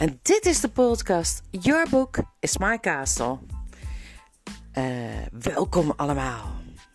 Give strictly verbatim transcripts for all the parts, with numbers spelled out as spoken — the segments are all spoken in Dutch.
En dit is de podcast Your Book is My Castle. Uh, welkom allemaal.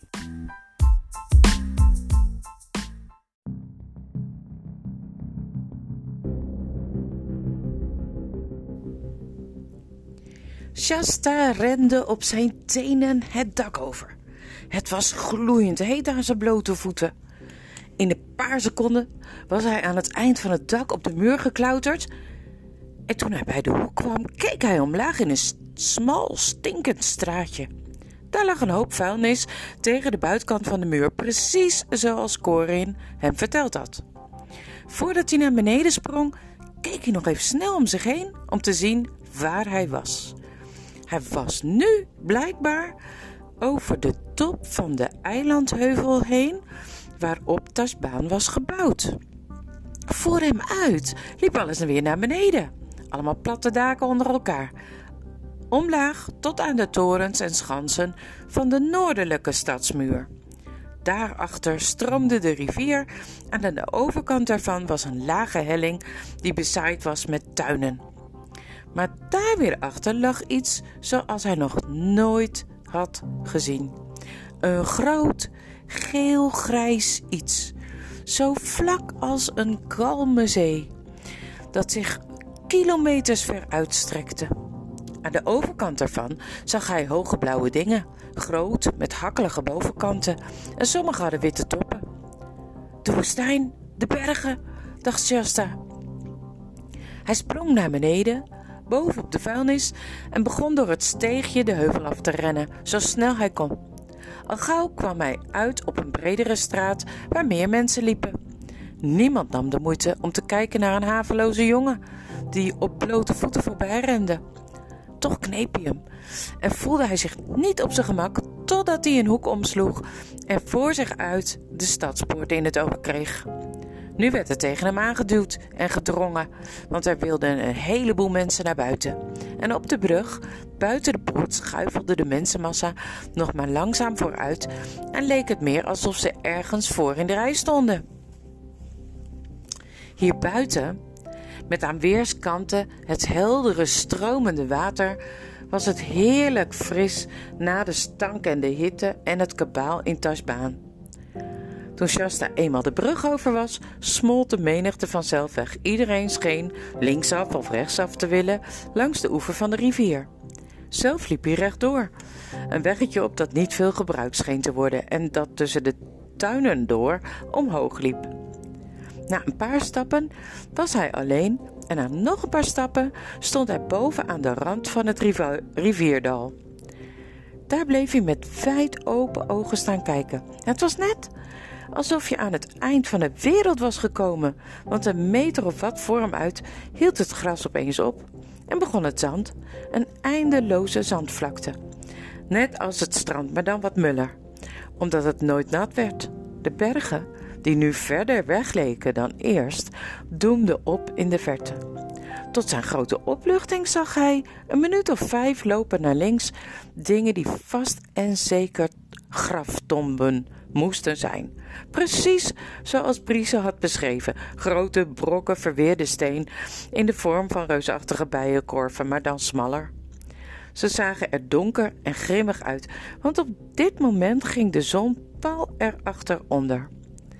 Shasta rende op zijn tenen het dak over. Het was gloeiend heet aan zijn blote voeten. In een paar seconden was hij aan het eind van het dak op de muur geklauterd. En toen hij bij de hoek kwam, keek hij omlaag in een smal, stinkend straatje. Daar lag een hoop vuilnis tegen de buitenkant van de muur, precies zoals Corin hem verteld had. Voordat hij naar beneden sprong, keek hij nog even snel om zich heen om te zien waar hij was. Hij was nu blijkbaar over de top van de eilandheuvel heen, waarop Tashbaan was gebouwd. Voor hem uit liep alles weer naar beneden. Allemaal platte daken onder elkaar. Omlaag tot aan de torens en schansen van de noordelijke stadsmuur. Daarachter stroomde de rivier en aan de overkant daarvan was een lage helling die bezaaid was met tuinen. Maar daar weer achter lag iets zoals hij nog nooit had gezien. Een groot, geel-grijs iets, zo vlak als een kalme zee, dat zich kilometers ver uitstrekte. Aan de overkant daarvan zag hij hoge blauwe dingen, groot met hakkelige bovenkanten en sommige hadden witte toppen. De woestijn, de bergen, dacht Shasta. Hij sprong naar beneden, boven op de vuilnis en begon door het steegje de heuvel af te rennen, zo snel hij kon. Al gauw kwam hij uit op een bredere straat waar meer mensen liepen. Niemand nam de moeite om te kijken naar een haveloze jongen die op blote voeten voorbij rende. Toch kneep hij hem en voelde hij zich niet op zijn gemak totdat hij een hoek omsloeg en voor zich uit de stadspoort in het oog kreeg. Nu werd er tegen hem aangeduwd en gedrongen, want er wilden een heleboel mensen naar buiten. En op de brug, buiten de poort, schuifelde de mensenmassa nog maar langzaam vooruit en leek het meer alsof ze ergens voor in de rij stonden. Hier buiten, met aan weerskanten het heldere stromende water, was het heerlijk fris na de stank en de hitte en het kabaal in Tashbaan. Toen Shasta eenmaal de brug over was, smolt de menigte vanzelf weg. Iedereen scheen linksaf of rechtsaf te willen langs de oever van de rivier. Zelf liep hij rechtdoor, een weggetje op dat niet veel gebruikt scheen te worden en dat tussen de tuinen door omhoog liep. Na een paar stappen was hij alleen en na nog een paar stappen stond hij boven aan de rand van het riva- rivierdal. Daar bleef hij met wijd open ogen staan kijken. Het was net alsof je aan het eind van de wereld was gekomen, want een meter of wat voor hem uit hield het gras opeens op en begon het zand, een eindeloze zandvlakte. Net als het strand, maar dan wat muller, omdat het nooit nat werd. De bergen, die nu verder weg leken dan eerst, doemden op in de verte. Tot zijn grote opluchting zag hij een minuut of vijf lopen naar links dingen die vast en zeker graftomben moesten zijn. Precies zoals Brice had beschreven. Grote brokken verweerde steen in de vorm van reusachtige bijenkorven, maar dan smaller. Ze zagen er donker en grimmig uit, want op dit moment ging de zon pal erachter onder.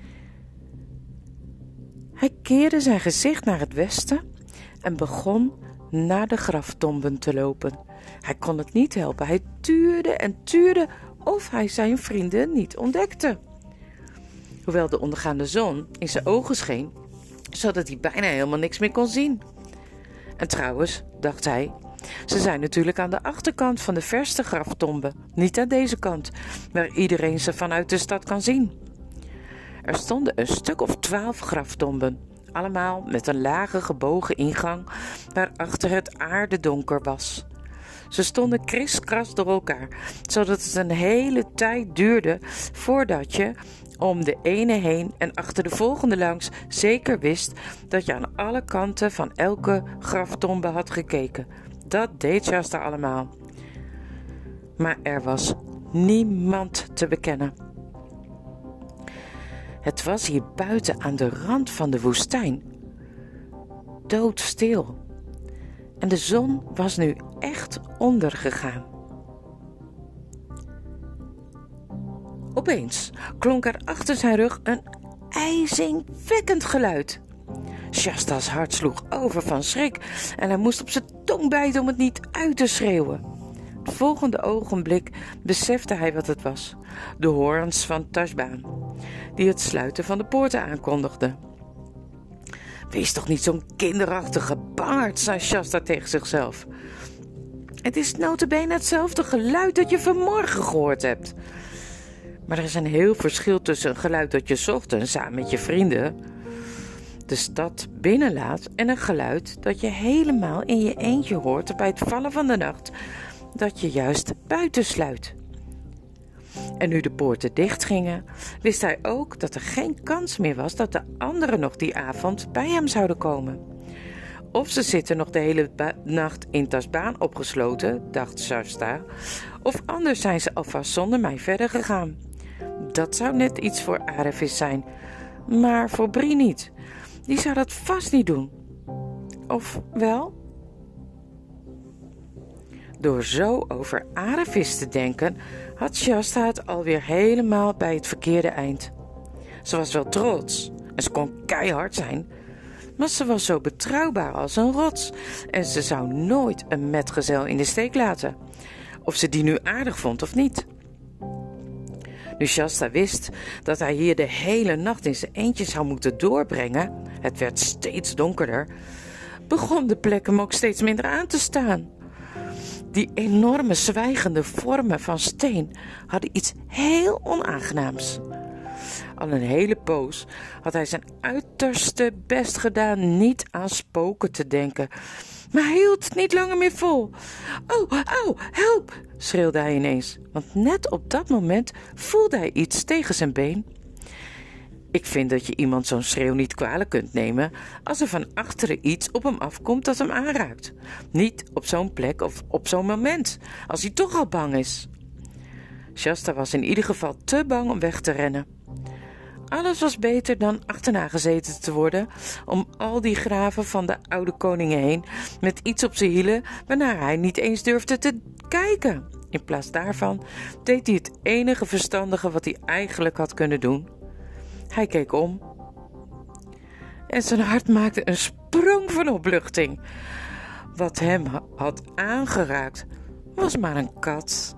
Hij keerde zijn gezicht naar het westen en begon naar de graftomben te lopen. Hij kon het niet helpen. Hij tuurde en tuurde of hij zijn vrienden niet ontdekte. Hoewel de ondergaande zon in zijn ogen scheen, zodat hij bijna helemaal niks meer kon zien. En trouwens, dacht hij, ze zijn natuurlijk aan de achterkant van de verste graftombe, niet aan deze kant, waar iedereen ze vanuit de stad kan zien. Er stonden een stuk of twaalf graftomben, allemaal met een lage gebogen ingang waarachter het aarde donker was. Ze stonden kriskras door elkaar, zodat het een hele tijd duurde voordat je om de ene heen en achter de volgende langs zeker wist dat je aan alle kanten van elke graftombe had gekeken. Dat deed Shasta allemaal. Maar er was niemand te bekennen. Het was hier buiten aan de rand van de woestijn doodstil. en de zon was nu echt ondergegaan. Opeens klonk er achter zijn rug een ijzingwekkend geluid. Shasta's hart sloeg over van schrik en hij moest op zijn tong bijten om het niet uit te schreeuwen. Het volgende ogenblik besefte hij wat het was: de hoorns van Tashbaan, die het sluiten van de poorten aankondigden. Wees toch niet zo'n kinderachtige baard, zei Shasta tegen zichzelf. Het is nota bene hetzelfde geluid dat je vanmorgen gehoord hebt. Maar er is een heel verschil tussen een geluid dat je 's ochtends samen met je vrienden de stad binnenlaat en een geluid dat je helemaal in je eentje hoort bij het vallen van de nacht, dat je juist buiten sluit. En nu de poorten dichtgingen, wist hij ook dat er geen kans meer was dat de anderen nog die avond bij hem zouden komen. Of ze zitten nog de hele ba- nacht in Tashbaan opgesloten, dacht Shasta, of anders zijn ze alvast zonder mij verder gegaan. Dat zou net iets voor Aravis zijn, maar voor Bree niet. Die zou dat vast niet doen. Of wel? Door zo over Aravis te denken, had Shasta het alweer helemaal bij het verkeerde eind. Ze was wel trots en ze kon keihard zijn, maar ze was zo betrouwbaar als een rots en ze zou nooit een metgezel in de steek laten, of ze die nu aardig vond of niet. Nu Shasta wist dat hij hier de hele nacht in zijn eentje zou moeten doorbrengen, het werd steeds donkerder, begon de plek hem ook steeds minder aan te staan. Die enorme zwijgende vormen van steen hadden iets heel onaangenaams. Al een hele poos had hij zijn uiterste best gedaan niet aan spoken te denken, maar hij hield het niet langer meer vol. Oh, oh, help, schreeuwde hij ineens, want net op dat moment voelde hij iets tegen zijn been. Ik vind dat je iemand zo'n schreeuw niet kwalijk kunt nemen als er van achteren iets op hem afkomt dat hem aanraakt. Niet op zo'n plek of op zo'n moment, als hij toch al bang is. Shasta was in ieder geval te bang om weg te rennen. Alles was beter dan achterna gezeten te worden om al die graven van de oude koningen heen met iets op zijn hielen waarnaar hij niet eens durfde te kijken. In plaats daarvan deed hij het enige verstandige wat hij eigenlijk had kunnen doen. Hij keek om en zijn hart maakte een sprong van opluchting. Wat hem had aangeraakt was maar een kat.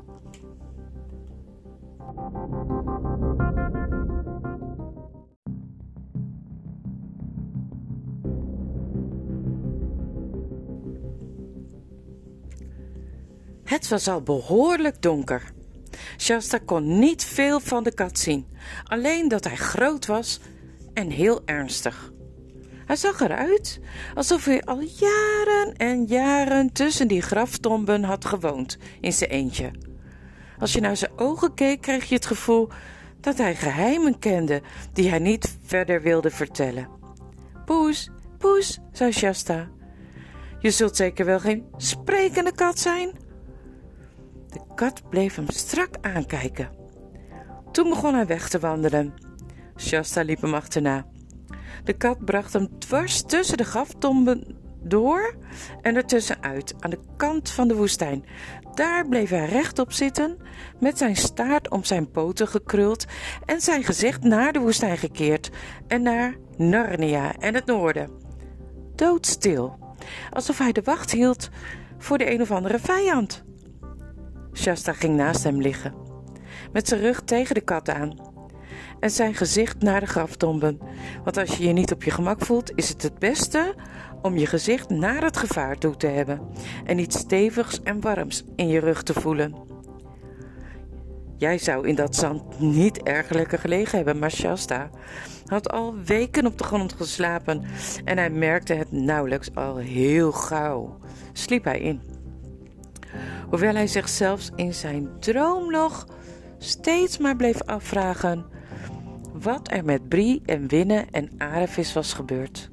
Het was al behoorlijk donker. Shasta kon niet veel van de kat zien, alleen dat hij groot was en heel ernstig. Hij zag eruit alsof hij al jaren en jaren tussen die graftomben had gewoond in zijn eentje. Als je naar zijn ogen keek, kreeg je het gevoel dat hij geheimen kende die hij niet verder wilde vertellen. Poes, poes, zei Shasta. Je zult zeker wel geen sprekende kat zijn? De kat bleef hem strak aankijken. Toen begon hij weg te wandelen. Shasta liep hem achterna. De kat bracht hem dwars tussen de graftomben door en ertussenuit aan de kant van de woestijn. Daar bleef hij rechtop zitten, met zijn staart om zijn poten gekruld en zijn gezicht naar de woestijn gekeerd en naar Narnia en het noorden. Doodstil, alsof hij de wacht hield voor de een of andere vijand. Shasta ging naast hem liggen, met zijn rug tegen de kat aan en zijn gezicht naar de graftomben, want als je je niet op je gemak voelt, is het het beste om je gezicht naar het gevaar toe te hebben en iets stevigs en warms in je rug te voelen. Jij zou in dat zand niet erg lekker gelegen hebben, maar Shasta had al weken op de grond geslapen en hij merkte het nauwelijks. Al heel gauw sliep hij in. Hoewel hij zich zelfs in zijn droom nog steeds maar bleef afvragen wat er met Bree en Winne en Aravis was gebeurd.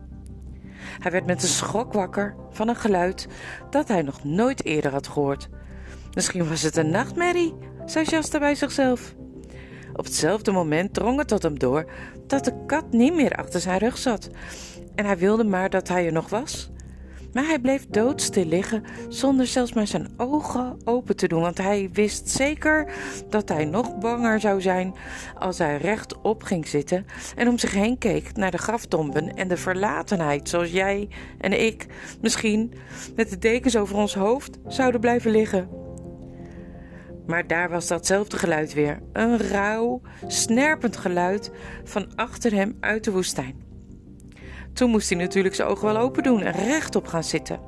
Hij werd met een schok wakker van een geluid dat hij nog nooit eerder had gehoord. Misschien was het een nachtmerrie, zei Shasta bij zichzelf. Op hetzelfde moment drong het tot hem door dat de kat niet meer achter zijn rug zat en hij wilde maar dat hij er nog was. Maar hij bleef doodstil liggen zonder zelfs maar zijn ogen open te doen, want hij wist zeker dat hij nog banger zou zijn als hij rechtop ging zitten en om zich heen keek naar de graftomben en de verlatenheid, zoals jij en ik misschien met de dekens over ons hoofd zouden blijven liggen. Maar daar was datzelfde geluid weer, een rauw, snerpend geluid van achter hem uit de woestijn. Toen moest hij natuurlijk zijn ogen wel open doen en rechtop gaan zitten.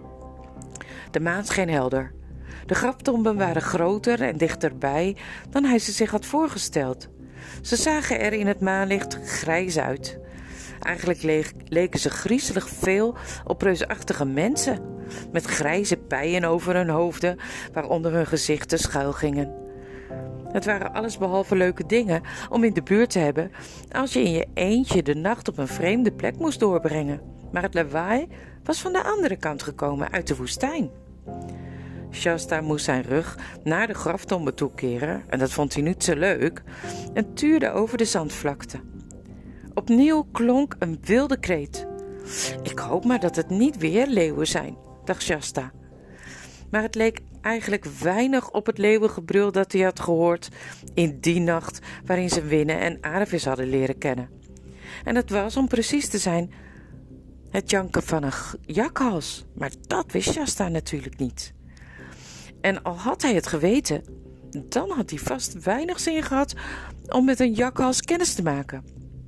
De maan scheen helder. De graftomben waren groter en dichterbij dan hij ze zich had voorgesteld. Ze zagen er in het maanlicht grijs uit. Eigenlijk le- leken ze griezelig veel op reusachtige mensen, met grijze pijen over hun hoofden, waaronder hun gezichten schuil gingen. Het waren allesbehalve leuke dingen om in de buurt te hebben als je in je eentje de nacht op een vreemde plek moest doorbrengen. Maar het lawaai was van de andere kant gekomen, uit de woestijn. Shasta moest zijn rug naar de graftombe toekeren, en dat vond hij niet zo leuk, en tuurde over de zandvlakte. Opnieuw klonk een wilde kreet. Ik hoop maar dat het niet weer leeuwen zijn, dacht Shasta. Maar het leek eigenlijk weinig op het leeuwengebrul dat hij had gehoord in die nacht waarin ze Winne en Aardevis hadden leren kennen. En het was, om precies te zijn, het janken van een jakhals. Maar dat wist Shasta natuurlijk niet. En al had hij het geweten, dan had hij vast weinig zin gehad om met een jakhals kennis te maken.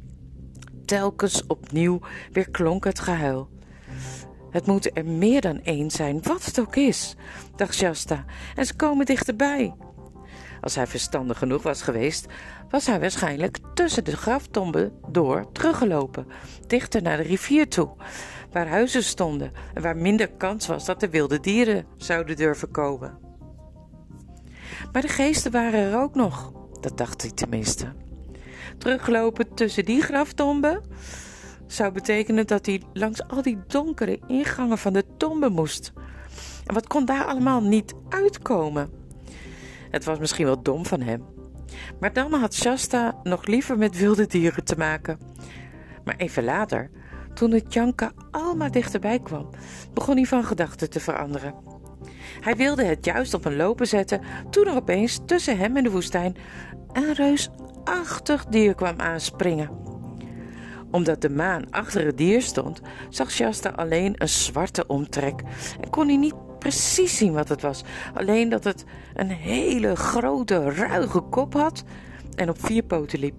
Telkens opnieuw weer klonk het gehuil. Het moet er meer dan één zijn, wat het ook is, dacht Shasta, en ze komen dichterbij. Als hij verstandig genoeg was geweest, was hij waarschijnlijk tussen de graftomben door teruggelopen, dichter naar de rivier toe, waar huizen stonden en waar minder kans was dat de wilde dieren zouden durven komen. Maar de geesten waren er ook nog, dat dacht hij tenminste. Teruglopen tussen die graftomben zou betekenen dat hij langs al die donkere ingangen van de tombe moest. En wat kon daar allemaal niet uitkomen? Het was misschien wel dom van hem. Maar dan had Shasta nog liever met wilde dieren te maken. Maar even later, toen het janken almaar dichterbij kwam, begon hij van gedachten te veranderen. Hij wilde het juist op een lopen zetten, toen er opeens tussen hem en de woestijn een reusachtig dier kwam aanspringen. Omdat de maan achter het dier stond, zag Shasta alleen een zwarte omtrek en kon hij niet precies zien wat het was. Alleen dat het een hele grote, ruige kop had en op vier poten liep.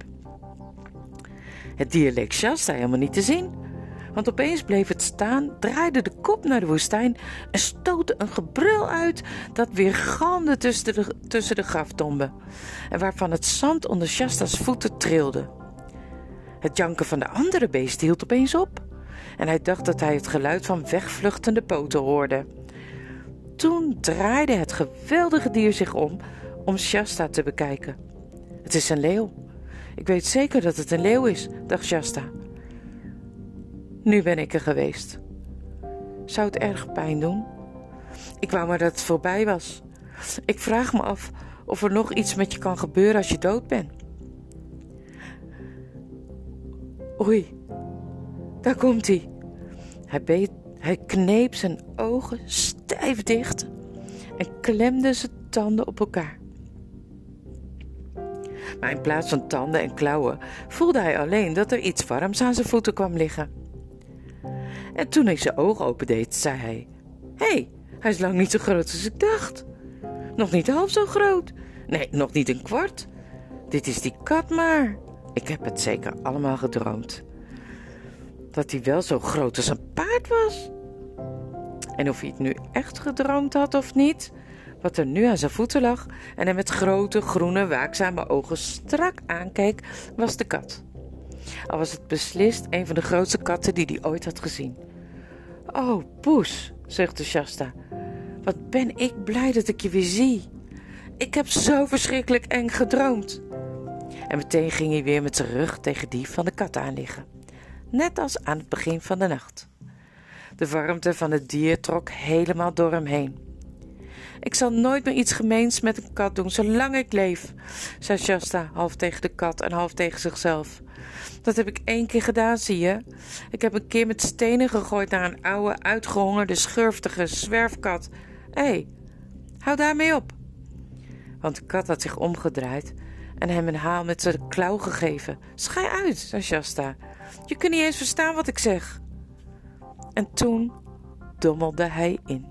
Het dier leek Shasta helemaal niet te zien, want opeens bleef het staan, draaide de kop naar de woestijn en stootte een gebrul uit dat weergalmde tussen de, tussen de graftomben en waarvan het zand onder Shasta's voeten trilde. Het janken van de andere beesten hield opeens op en hij dacht dat hij het geluid van wegvluchtende poten hoorde. Toen draaide het geweldige dier zich om om Shasta te bekijken. Het is een leeuw. Ik weet zeker dat het een leeuw is, dacht Shasta. Nu ben ik er geweest. Zou het erg pijn doen? Ik wou maar dat het voorbij was. Ik vraag me af of er nog iets met je kan gebeuren als je dood bent. Oei, daar komt hij. Hij, beet, hij kneep zijn ogen stijf dicht en klemde zijn tanden op elkaar. Maar in plaats van tanden en klauwen voelde hij alleen dat er iets warms aan zijn voeten kwam liggen. En toen hij zijn ogen opendeed, zei hij: Hé, hey, hij is lang niet zo groot als ik dacht. Nog niet half zo groot. Nee, nog niet een kwart. Dit is die kat maar. Ik heb het zeker allemaal gedroomd. Dat hij wel zo groot als een paard was. En of hij het nu echt gedroomd had of niet, wat er nu aan zijn voeten lag en hem met grote, groene, waakzame ogen strak aankeek, was de kat. Al was het beslist een van de grootste katten die hij ooit had gezien. Oh, Poes, zuchtte Shasta. Wat ben ik blij dat ik je weer zie. Ik heb zo verschrikkelijk eng gedroomd. En meteen ging hij weer met zijn rug tegen die van de kat aan liggen. Net als aan het begin van de nacht. De warmte van het dier trok helemaal door hem heen. Ik zal nooit meer iets gemeens met een kat doen, zolang ik leef, zei Shasta, half tegen de kat en half tegen zichzelf. Dat heb ik één keer gedaan, zie je. Ik heb een keer met stenen gegooid naar een oude, uitgehongerde, schurftige zwerfkat. Hé, hey, hou daarmee op. Want de kat had zich omgedraaid en hem een haal met zijn klauw gegeven. Schei uit, zei Shasta. Je kunt niet eens verstaan wat ik zeg. En toen dommelde hij in.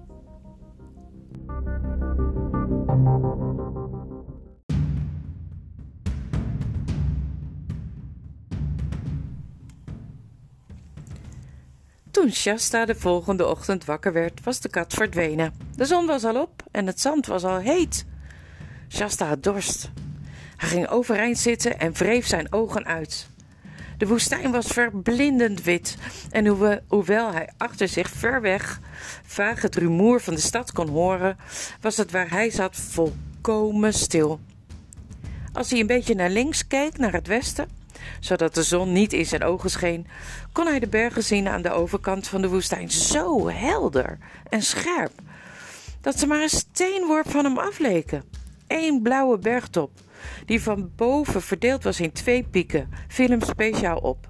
Toen Shasta de volgende ochtend wakker werd, was de kat verdwenen. De zon was al op en het zand was al heet. Shasta had dorst. Hij ging overeind zitten en wreef zijn ogen uit. De woestijn was verblindend wit en hoewel, hoewel hij achter zich ver weg vaag het rumoer van de stad kon horen, was het waar hij zat volkomen stil. Als hij een beetje naar links keek, naar het westen, zodat de zon niet in zijn ogen scheen, kon hij de bergen zien aan de overkant van de woestijn, zo helder en scherp, dat ze maar een steenworp van hem afleken. Eén blauwe bergtop, die van boven verdeeld was in twee pieken, viel hem speciaal op.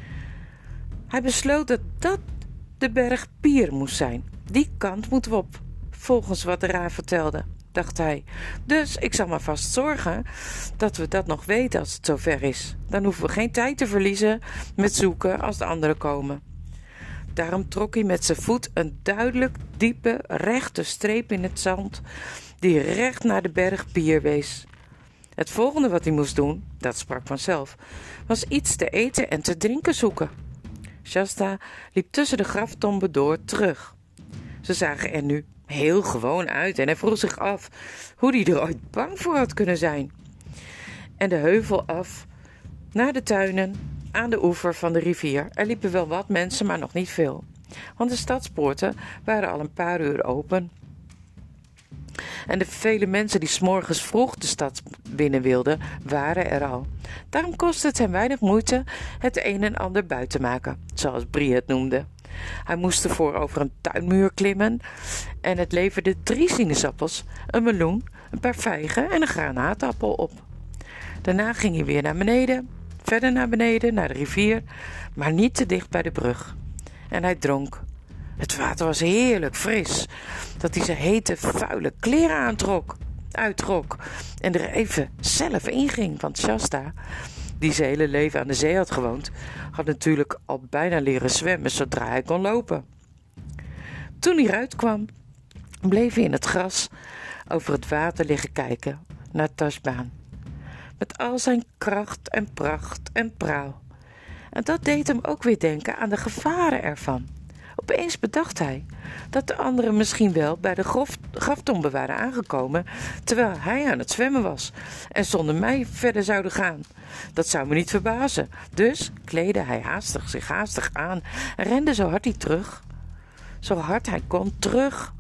Hij besloot dat dat de berg Pier moest zijn. Die kant moeten we op, volgens wat de raaf vertelde, dacht hij. Dus ik zal maar vast zorgen dat we dat nog weten als het zover is. Dan hoeven we geen tijd te verliezen met zoeken als de anderen komen. Daarom trok hij met zijn voet een duidelijk, diepe, rechte streep in het zand die recht naar de berg Pier wees. Het volgende wat hij moest doen, dat sprak vanzelf, was iets te eten en te drinken zoeken. Shasta liep tussen de graftomben door terug. Ze zagen er nu heel gewoon uit en hij vroeg zich af hoe hij er ooit bang voor had kunnen zijn. En de heuvel af naar de tuinen aan de oever van de rivier. Er liepen wel wat mensen, maar nog niet veel, want de stadspoorten waren al een paar uur open. En de vele mensen die 's morgens vroeg de stad binnen wilden, waren er al. Daarom kostte het hem weinig moeite het een en ander buiten maken, zoals Brie het noemde. Hij moest ervoor over een tuinmuur klimmen en het leverde drie sinaasappels, een meloen, een paar vijgen en een granaatappel op. Daarna ging hij weer naar beneden, verder naar beneden, naar de rivier, maar niet te dicht bij de brug. En hij dronk. Het water was heerlijk fris, dat hij zijn hete, vuile kleren aantrok, uittrok en er even zelf inging. Want Shasta, die zijn hele leven aan de zee had gewoond, had natuurlijk al bijna leren zwemmen zodra hij kon lopen. Toen hij eruit kwam, bleef hij in het gras over het water liggen kijken naar Tashbaan, met al zijn kracht en pracht en praal. En dat deed hem ook weer denken aan de gevaren ervan. Opeens bedacht hij dat de anderen misschien wel bij de grof, graftombe waren aangekomen terwijl hij aan het zwemmen was en zonder mij verder zouden gaan. Dat zou me niet verbazen. Dus kleedde hij haastig zich haastig aan en rende zo hard hij terug, zo hard hij kon terug,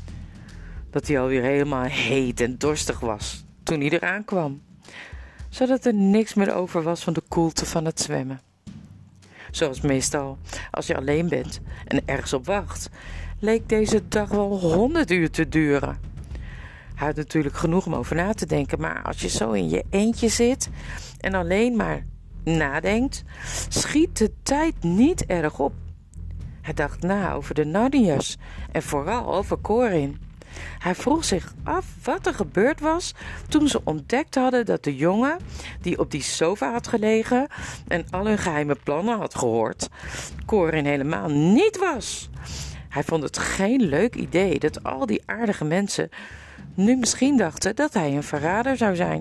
dat hij alweer helemaal heet en dorstig was toen hij eraan kwam, zodat er niks meer over was van de koelte van het zwemmen. Zoals meestal, als je alleen bent en ergens op wacht, leek deze dag wel honderd uur te duren. Hij had natuurlijk genoeg om over na te denken, maar als je zo in je eentje zit en alleen maar nadenkt, schiet de tijd niet erg op. Hij dacht na over de Narniërs en vooral over Corin. Hij vroeg zich af wat er gebeurd was toen ze ontdekt hadden dat de jongen die op die sofa had gelegen en al hun geheime plannen had gehoord, Corin helemaal niet was. Hij vond het geen leuk idee dat al die aardige mensen nu misschien dachten dat hij een verrader zou zijn.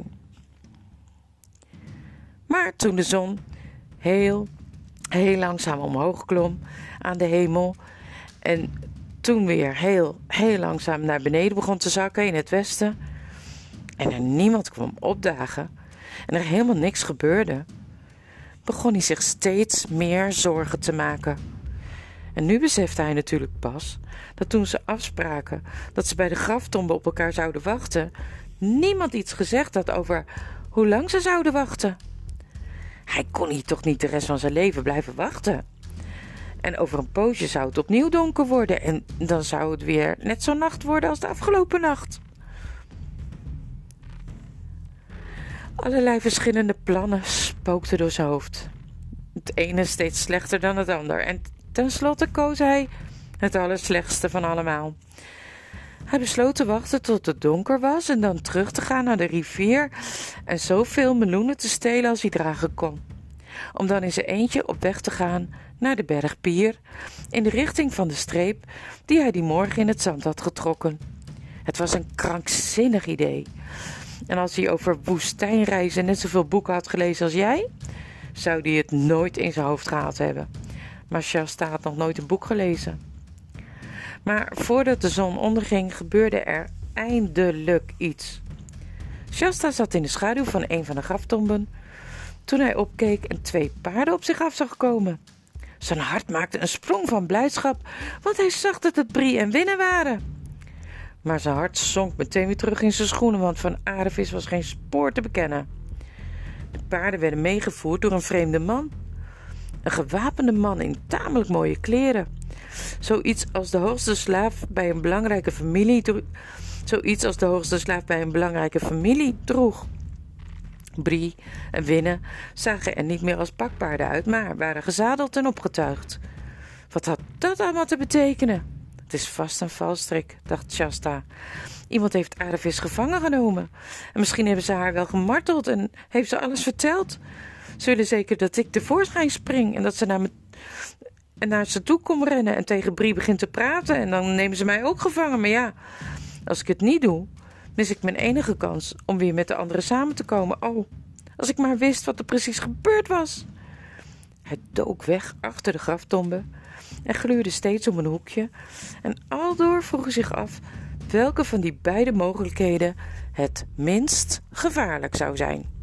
Maar toen de zon heel, heel langzaam omhoog klom aan de hemel en toen weer heel, heel langzaam naar beneden begon te zakken in het westen en er niemand kwam opdagen en er helemaal niks gebeurde, begon hij zich steeds meer zorgen te maken. En nu besefte hij natuurlijk pas dat toen ze afspraken dat ze bij de graftombe op elkaar zouden wachten, niemand iets gezegd had over hoe lang ze zouden wachten. Hij kon hier toch niet de rest van zijn leven blijven wachten. En over een poosje zou het opnieuw donker worden en dan zou het weer net zo'n nacht worden als de afgelopen nacht. Allerlei verschillende plannen spookten door zijn hoofd. Het ene steeds slechter dan het ander. En tenslotte koos hij het allerslechtste van allemaal. Hij besloot te wachten tot het donker was en dan terug te gaan naar de rivier en zoveel meloenen te stelen als hij dragen kon. Om dan in zijn eentje op weg te gaan naar de berg Pier in de richting van de streep die hij die morgen in het zand had getrokken. Het was een krankzinnig idee. En als hij over woestijnreizen net zoveel boeken had gelezen als jij, zou hij het nooit in zijn hoofd gehaald hebben. Maar Shasta had nog nooit een boek gelezen. Maar voordat de zon onderging, gebeurde er eindelijk iets. Shasta zat in de schaduw van een van de graftomben toen hij opkeek en twee paarden op zich af zag komen. Zijn hart maakte een sprong van blijdschap, want hij zag dat het Bree en Winne waren. Maar zijn hart zonk meteen weer terug in zijn schoenen, want van Aardevis was geen spoor te bekennen. De paarden werden meegevoerd door een vreemde man. Een gewapende man in tamelijk mooie kleren. Zoiets als de hoogste slaaf bij een belangrijke familie droeg. Zoiets als de hoogste slaaf bij een belangrijke familie droeg. Bree en Winne zagen er niet meer als pakpaarden uit, maar waren gezadeld en opgetuigd. Wat had dat allemaal te betekenen? Het is vast een valstrik, dacht Shasta. Iemand heeft Aardevis gevangen genomen. En misschien hebben ze haar wel gemarteld en heeft ze alles verteld. Ze willen zeker dat ik tevoorschijn spring en dat ze naar, me, en naar ze toe kom rennen en tegen Bree begint te praten. En dan nemen ze mij ook gevangen. Maar ja, als ik het niet doe, mis ik mijn enige kans om weer met de anderen samen te komen. Oh, als ik maar wist wat er precies gebeurd was. Hij dook weg achter de graftombe en gluurde steeds om een hoekje. En aldoor vroeg hij zich af welke van die beide mogelijkheden het minst gevaarlijk zou zijn.